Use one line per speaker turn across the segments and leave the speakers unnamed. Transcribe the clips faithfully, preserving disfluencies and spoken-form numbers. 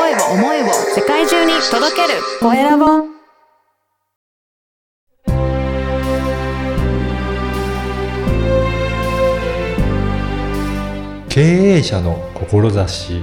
声を思いを世界中に届けるコエラボ。
経営者の志。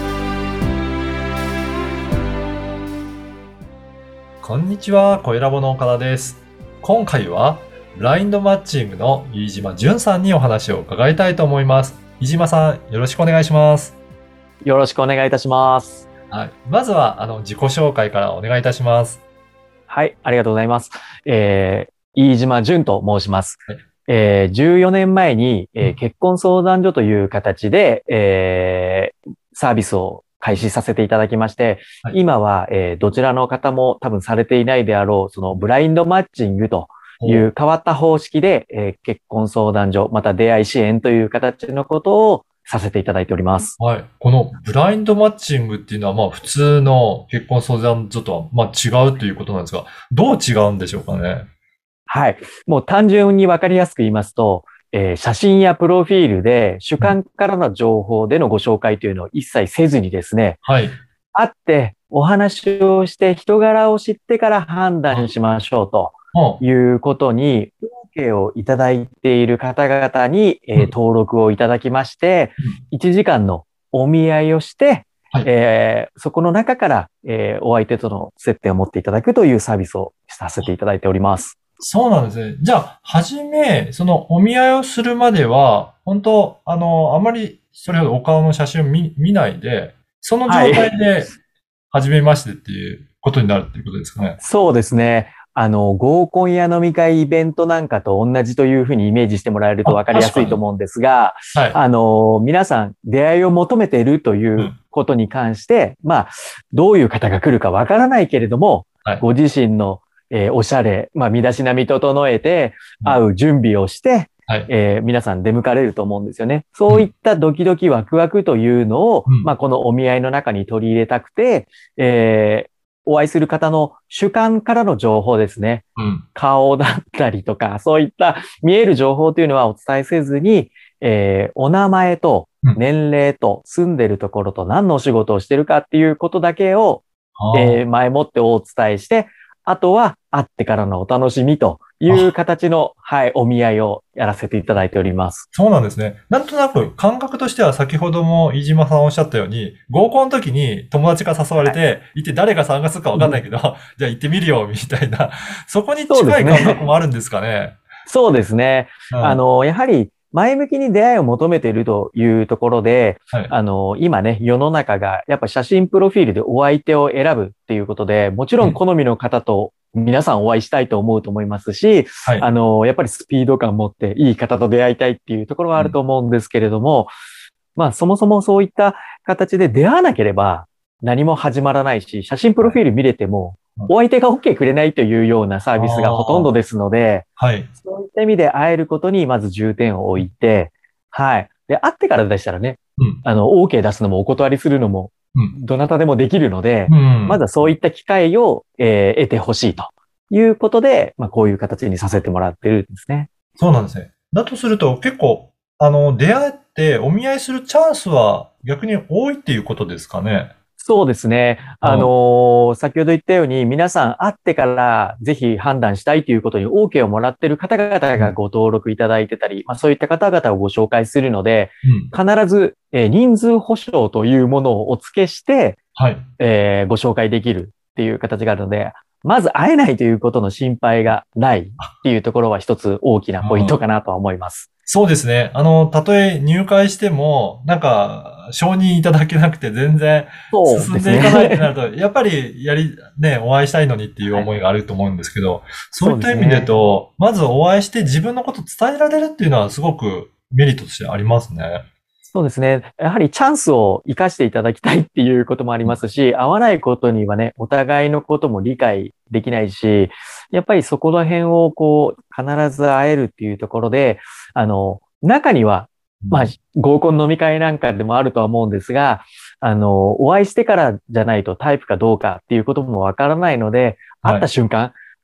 こんにちは、コエラボの岡田です。今回はブラインドマッチングの飯島淳さんにお話を伺いたいと思います。飯島さん、よろしくお願いします。
よろしくお願いいたします。
はい、まずはあの自己紹介からお願いいたします。
はい、ありがとうございます。えー、飯島淳と申します。
はい、
えー、じゅうよねんまえに、えー、結婚相談所という形で、えー、サービスを開始させていただきまして、はい、今は、えー、どちらの方も多分されていないであろう、そのブラインドマッチングという変わった方式で、えー、結婚相談所、また出会い支援という形のことをさせていただいております。
はい。このブラインドマッチングっていうのは、まあ普通の結婚相談所とは、まあ違うということなんですが、どう違うんでしょうかね。
はい。もう単純にわかりやすく言いますと、えー、写真やプロフィールで主観からの情報でのご紹介というのを一切せずにですね、
はい。
会ってお話をして人柄を知ってから判断しましょうということに OK をいただいている方々に、えー、登録をいただきまして、いちじかんのお見合いをして、はい、えー、そこの中から、えー、お相手との接点を持っていただくというサービスをさせていただいております。
そうなんですね。じゃあ、はじめ、そのお見合いをするまでは、本当あの、あまりそれほどお顔の写真を 見, 見ないで、その状態で、はじめましてっていうことになるっていうことですかね。はい、
そうですね。あの、合コンや飲み会イベントなんかと同じというふうにイメージしてもらえると分かりやすいと思うんですが、はい、あの、皆さん出会いを求めているということに関して、うん、まあ、どういう方が来るか分からないけれども、はい、ご自身のえー、おしゃれ、まあ、身だしなみ整えて、会う準備をして、うん、はい、えー、皆さん出迎えれると思うんですよね。そういったドキドキワクワクというのを、うん、まあ、このお見合いの中に取り入れたくて、えー、お会いする方の主観からの情報ですね。うん、顔だったりとか、そういった見える情報というのはお伝えせずに、えー、お名前と年齢と住んでるところと何のお仕事をしてるかっていうことだけを、うん、えー、前もってお伝えして、あとは会ってからのお楽しみという形の、はい、お見合いをやらせていただいております。
そうなんですね。なんとなく感覚としては先ほども飯島さんおっしゃったように、合コンの時に友達が誘われて、はい、行って誰が参加するかわかんないけど、うん、じゃあ行ってみるよ、みたいな、そこに近い感覚もあるんですかね。
そうですね。うん、あの、やはり、前向きに出会いを求めているというところで、はい、あの、今ね、世の中がやっぱ写真プロフィールでお相手を選ぶっていうことで、もちろん好みの方と皆さんお会いしたいと思うと思いますし、はい、あの、やっぱりスピード感を持っていい方と出会いたいっていうところはあると思うんですけれども、うん、まあそもそもそういった形で出会わなければ何も始まらないし、写真プロフィール見れても、お相手が OK くれないというようなサービスがほとんどですので、はい、そういった意味で会えることにまず重点を置いて、はい。で、会ってからでしたらね、うん、あの、OK 出すのもお断りするのも、どなたでもできるので、うん、まずはそういった機会を、えー、得てほしいということで、まあ、こういう形にさせてもらってるんですね。
そうなんですね。だとすると結構、あの、出会ってお見合いするチャンスは逆に多いっていうことですかね。
そうですね。あのー、先ほど言ったように、皆さん会ってからぜひ判断したいということに OK をもらっている方々がご登録いただいてたり、うん、まあ、そういった方々をご紹介するので、うん、必ず、えー、人数保証というものをお付けして、はい、えー、ご紹介できるっていう形があるので、まず会えないということの心配がないっていうところは一つ大きなポイントかなとは思います。
そうですね。あの、たとえ入会しても、なんか、承認いただけなくて全然進んでいかないってなると、やっぱりやり、ね、お会いしたいのにっていう思いがあると思うんですけど、はい、そういった意味で言うと、まずお会いして自分のこと伝えられるっていうのはすごくメリットとしてありますね。
そうですね。やはりチャンスを生かしていただきたいっていうこともありますし、合わないことにはね、お互いのことも理解できないし、やっぱりそこら辺をこう、必ず会えるっていうところで、あの、中には、まあ、合コン飲み会なんかでもあるとは思うんですが、あの、お会いしてからじゃないとタイプかどうかっていうこともわからないので、会った瞬間、はい、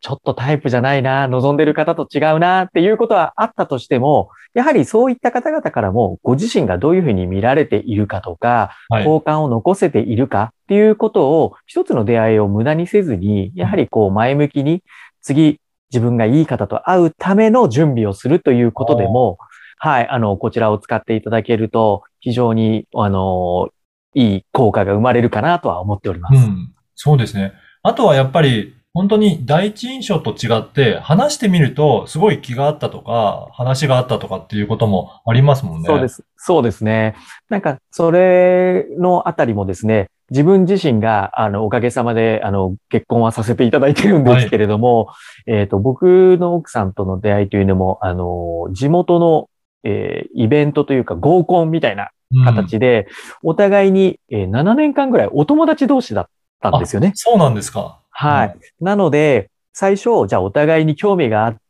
ちょっとタイプじゃないな、望んでる方と違うなっていうことはあったとしても、やはりそういった方々からもご自身がどういうふうに見られているかとか、
はい。
好感を残せているかっていうことを一つの出会いを無駄にせずに、やはりこう前向きに次自分がいい方と会うための準備をするということでも、はい、あの、こちらを使っていただけると非常に、あの、いい効果が生まれるかなとは思っております。
うん。そうですね。あとはやっぱり、本当に第一印象と違って、話してみると、すごい気があったとか、話があったとかっていうこともありますもんね。
そうです。そうですね。なんか、それのあたりもですね、自分自身が、あの、おかげさまで、あの、結婚はさせていただいてるんですけ
はい。
れども、えっと、僕の奥さんとの出会いというのも、あの、地元の、えーイベントというか合コンみたいな
うん。
形で、お互いに、えーななねんかんぐらいお友達同士だったんで
あ、
すよね。
そうなんですか。
はい。
はい。
なので、最初、じゃあお互いに興味があって、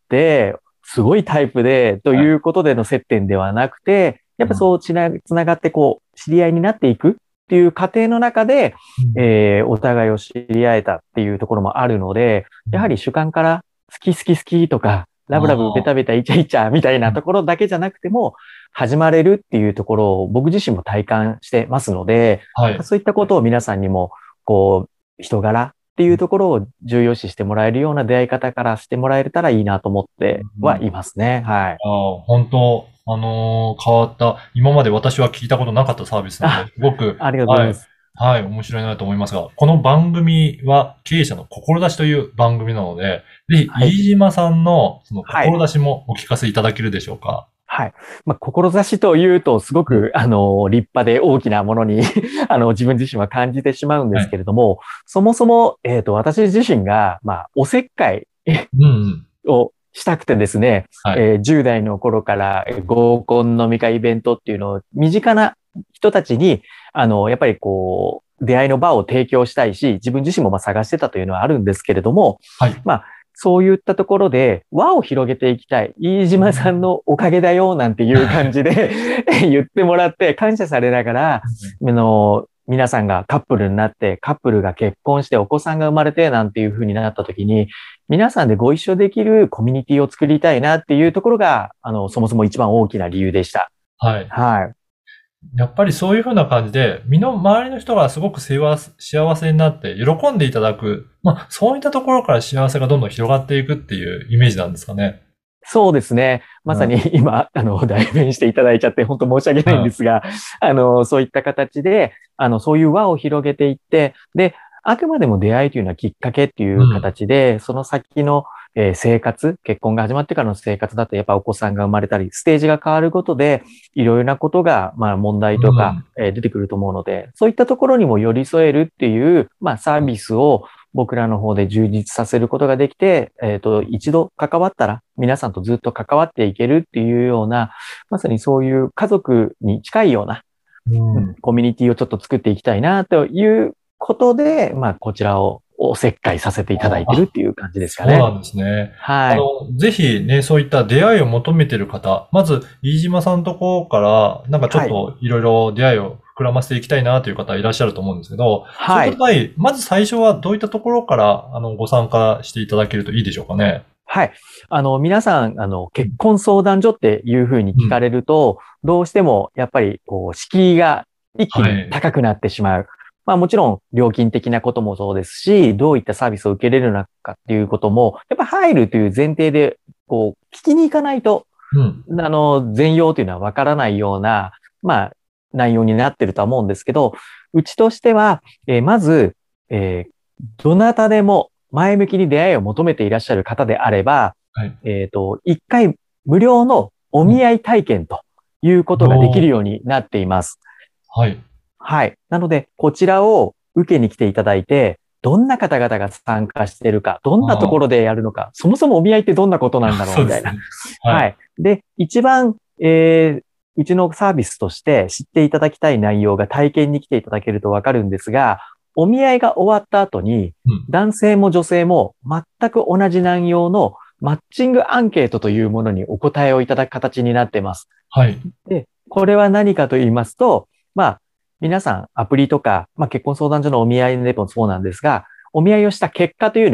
すごいタイプで、と
はい。
いうことでの接点ではなくて、やっぱ
うん。
そうつな、つながってこう、知り合いになっていくっていう過程の中で、
うん。
えーお互いを知り合えたっていうところもあるので、
うん。
やはり主観から好き好き好きとか、ラブラブベタ
ああ。
ベタイチャイチャみたい
うん。
なところだけじゃなくても、始まれるっていうところを僕自身も体感してますので、
はい。
そういったことを皆さんにも、こう、人柄っていうところを重要視してもらえるような出会い方からしてもらえたらいいなと思って
うん。
はいますね。はい。
ああ、本当、あのー変わった、今まで私は聞いたことなかったサービスなので、
あ、
すごく、
ありがとうござ
はい、
います。
はい、面白いなと思いますが、この番組は経営者の志という番組なので、ぜひ、
はい。
飯島さんのその
はい。
志もお聞かせいただけるでしょうか。
はい。まあ、志というと、すご
うん。
く、あの、立派で大きなものにあの、自分自身は感じてしまうんですけ
はい。
れども、そもそも、えっと、私自身が、まあ、おせっかい
うんうん。
をしたくてですね、
はい。
えーじゅう代の頃からえー合コン飲み会イベントっていうのを身近な人たちに、あの、やっぱりこう、出会いの場を提供したいし、自分自身もまあ探してたというのはあるんですけれども、
はい。
まあ、そういったところで輪を広げていきたい。飯島さんのおかげだよ、なんていう感じで言ってもらって感謝されながら、あの、皆さんがカップルになって、カップルが結婚してお子さんが生まれて、なんていう風になった時に、皆さんでご一緒できるコミュニティを作りたいなっていうところが、あの、そもそも一番大きな理由でした。
はい。
はい。
やっぱりそういう風な感じで、身の周りの人がすごく幸せ幸せになって喜んでいただく。まあ、そういったところから幸せがどんどん広がっていくっていうイメージなんですかね。
そうですね。まさ
うん。
に今、あの、代弁していただいちゃって本当申し訳ないんで
うん。
すが、あの、そういった形で、あの、そういう輪を広げていって、で、あくまでも出会いというのはきっかけっていう
うん。
形で、その先の、えー生活、結婚が始まってからの生活だと、やっぱお子さんが生まれたり、ステージが変わることで、いろいろなことが、まあ問題とか、
うん。
えー出てくると思うので、そういったところにも寄り添えるっていう、まあサービスを僕らの方で充実させることができて、えっと、一度関わったら、皆さんとずっと関わっていけるっていうような、まさにそういう家族に近いような、
う
うん、
ん。
コミュニティをちょっと作っていきたいな、ということで、まあ、こちらをおせっかいさせていただいてる
あ、
っていう感じですかね。
そうなんですね。あ
はい。
の、ぜひね、そういった出会いを求めている方、まず、飯島さんとこから、なんかちょっ
はい。
といろいろ出会いを膨らませていきたいなという方いらっしゃると思うんですけど、そうい
はい。
った場合、まず最初はどういったところから、あの、ご参加していただけるといいでしょうかね。
はい。あの、皆さん、あの、
うん。
結婚相談所っていうふうに
うん。
聞かれると、どうしても、やっぱり、こう、敷居が一気に
はい。
高くなってしまう。まあもちろん、料金的なこともそうですし、どういったサービスを受けれるのかっていうことも、やっぱ入るという前提で、こう、聞きに行かないと、
うん。
あの、全容というのはわからないような、まあ、内容になってるとは思うんですけど、うちとしては、えーまず、えーどなたでも前向きに出会いを求めていらっしゃる方であれば、
はい。
えっと、一回無料のお
うん。
見合い体験ということができる
おー。
ようになっています。
はい。
はい。なので、こちらを受けに来ていただいて、どんな方々が参加しているか、どんなところ
あ
でやるのか、そもそもお見合いってどんなことなん
あ、
だろうみたいな。
そうですね。はい。
はい。で、一番、えーうちのサービスとして知っていただきたい内容が体験に来ていただけるとわかるんですが、お見合いが終わった後に、
うん。
男性も女性も全く同じ内容のマッチングアンケートというものにお答えをいただく形になっています。
はい。
で、これは何かと言いますと、まあ、皆さんアプリとか、まあ結婚相談所のお見合いでもそうなんですが、お見合いをした結果というのは、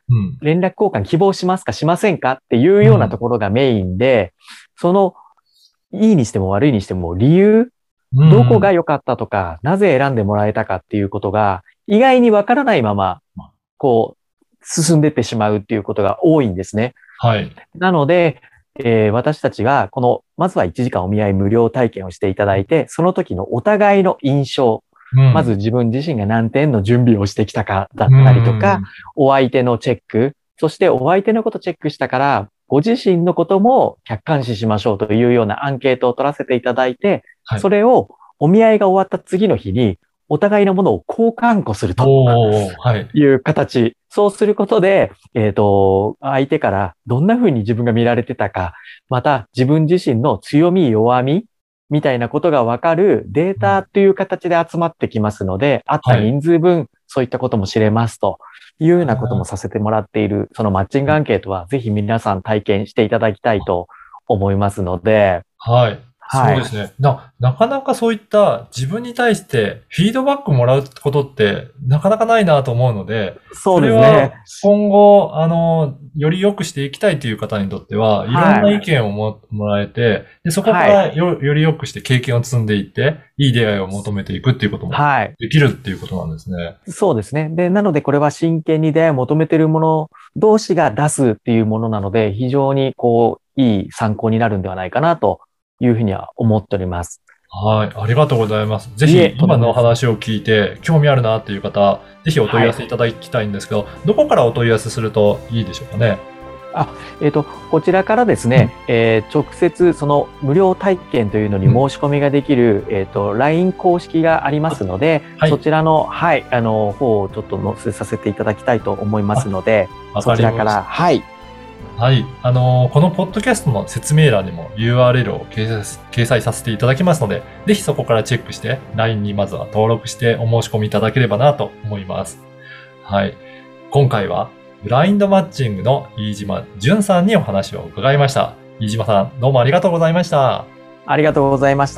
連絡交換希望しますかしませんかっていうようなところがメインで、その、いいにしても悪いにしても理由、どこが良かったとか、なぜ選んでもらえたかっていうことが、意外にわからないまま、こう、進んでってしまうっていうことが多いんですね。
はい。
なので、えー、私たちが、この、まずはいちじかんお見合い無料体験をしていただいて、その時のお互いの印象、うん、まず自分自身が何点の準備をしてきたかだったりとか、お相手のチェック、そしてお相手のことチェックしたから、ご自身のことも客観視しましょうというようなアンケートを取らせていただいて、はい、それをお見合いが終わった次の日に、お互いのものを交換庫するという形。はい、そうすることで、えっと、相手からどんな風に自分が見られてたか、また自分自身の強み、弱みみたいなことがわかるデータという形で集まってきますので、あった人数分、そういったことも知れますというようなこともさせてもらっている、そのマッチングアンケートはぜひ皆さん体験していただきたいと思いますので、
はい。はい、そうですね。な、なかなかそういった自分に対してフィードバックもらうことってなかなかないなと思うので、
そうですね。
それは今後、あの、より良くしていきたいという方にとっては、いろんな意見を も,、もらえて、で、そこからよ、より良くして経験を積んでいって、いい出会いを求めていくっていうこともできるっていうことなんですね。はい、
そうですね。で、なのでこれは真剣に出会いを求めているもの同士が出すっていうものなので、非常にこう、いい参考になるんではないかなというふうには思っております。
はい。ありがとうございます。ぜひ、今のお話を聞いて、興味あるなっていう方、ぜひお問い合わせいただきたいんですけど、はい、どこからお問い合わせするといいでしょうかね。
あ、えっと、こちらからですね、うん、えー、直接その無料体験というのに申し込みができる、うん、えっと、ライン 公式がありますので、はい、そちらの、はい、あの、方をちょっと載せさせていただきたいと思いますので、そちらから、はい。
はい。あのー、このポッドキャストの説明欄にも ユーアールエル を掲載、掲載させていただきますので、ぜひそこからチェックして、ライン にまずは登録してお申し込みいただければなと思います。はい。今回は、ブラインドマッチングの飯島淳さんにお話を伺いました。飯島さん、どうもありがとうございました。
ありがとうございました。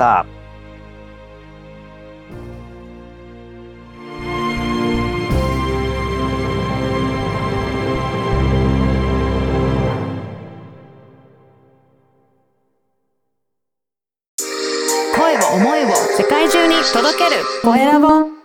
声を思いを世界中に届けるコエラボ。